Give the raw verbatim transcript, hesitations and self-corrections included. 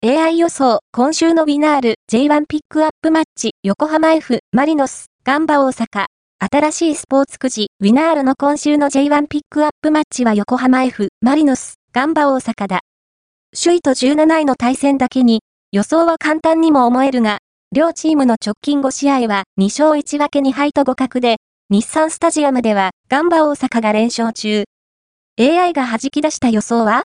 エーアイ 予想、今週のウィナール ジェイワン ピックアップマッチ、横浜 F、マリノス、ガンバ大阪。新しいスポーツくじ、ウィナールの今週の ジェイワン ピックアップマッチは横浜 F、マリノス、ガンバ大阪だ。首位とじゅうなないの対戦だけに、予想は簡単にも思えるが、両チームの直近ごしあいはにしょういちぶけにはいと互角で、日産スタジアムではガンバ大阪が連勝中。エーアイ が弾き出した予想は